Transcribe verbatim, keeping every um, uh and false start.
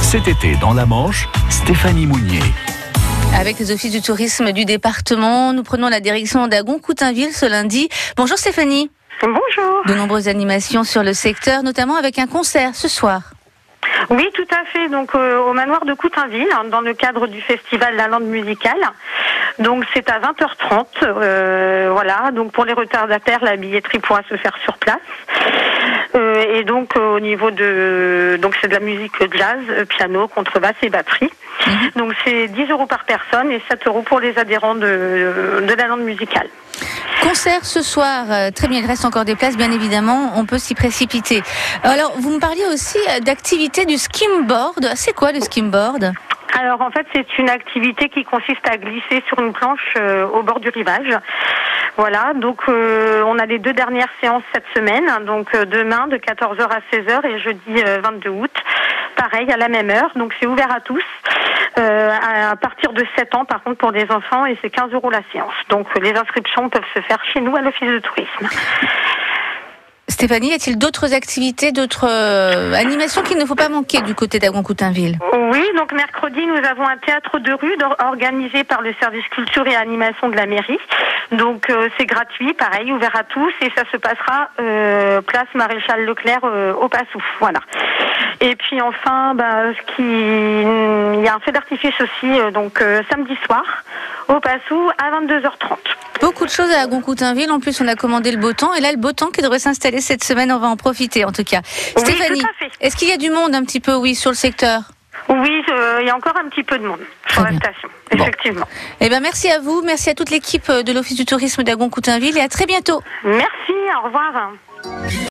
Cet été, dans la Manche, Stéphanie Mounier. Avec les offices du tourisme du département, nous prenons la direction d'Agon-Coutainville ce lundi. Bonjour Stéphanie. Bonjour. De nombreuses animations sur le secteur, notamment avec un concert ce soir. Oui, tout à fait. Donc euh, au manoir de Coutainville, hein, dans le cadre du festival La Lande musicale. Donc c'est à vingt heures trente. Euh, voilà. Donc pour les retardataires, la billetterie pourra se faire sur place. Euh, et donc euh, au niveau de, donc c'est de la musique jazz, piano, contrebasse et batterie. Mmh. Donc c'est dix euros par personne et sept euros pour les adhérents de, de la Lande musicale. Concert ce soir, très bien, il reste encore des places, bien évidemment, on peut s'y précipiter. Alors, vous me parliez aussi d'activité du skimboard. C'est quoi le skimboard ? Alors en fait, c'est une activité qui consiste à glisser sur une planche euh, au bord du rivage. Voilà, donc euh, on a les deux dernières séances cette semaine, donc euh, demain de quatorze heures à seize heures et jeudi euh, vingt-deux août, pareil à la même heure, donc c'est ouvert à tous. Euh, à partir de sept ans par contre pour les enfants et c'est quinze euros la séance. Donc les inscriptions peuvent se faire chez nous à l'office de tourisme. Stéphanie, y a-t-il d'autres activités, d'autres euh, animations qu'il ne faut pas manquer du côté d'Agon-Coutainville ? Oui, donc mercredi, nous avons un théâtre de rue organisé par le service culture et animation de la mairie. Donc euh, c'est gratuit, pareil, ouvert à tous et ça se passera euh, place Maréchal Leclerc euh, au Passouf. Voilà. Et puis enfin, bah, ce qui... il y a un feu d'artifice aussi, euh, donc euh, samedi soir au Passouf à vingt-deux heures trente. Beaucoup de choses à Agon-Coutainville. En plus, on a commandé le beau temps. Et là, le beau temps qui devrait s'installer cette semaine, on va en profiter en tout cas. Oui, Stéphanie, tout à fait. Est-ce qu'il y a du monde un petit peu, oui, sur le secteur ? Oui, euh, il y a encore un petit peu de monde sur la station, bon. effectivement. Eh bien, merci à vous. Merci à toute l'équipe de l'Office du tourisme d'Agon-Coutainville et à très bientôt. Merci, au revoir.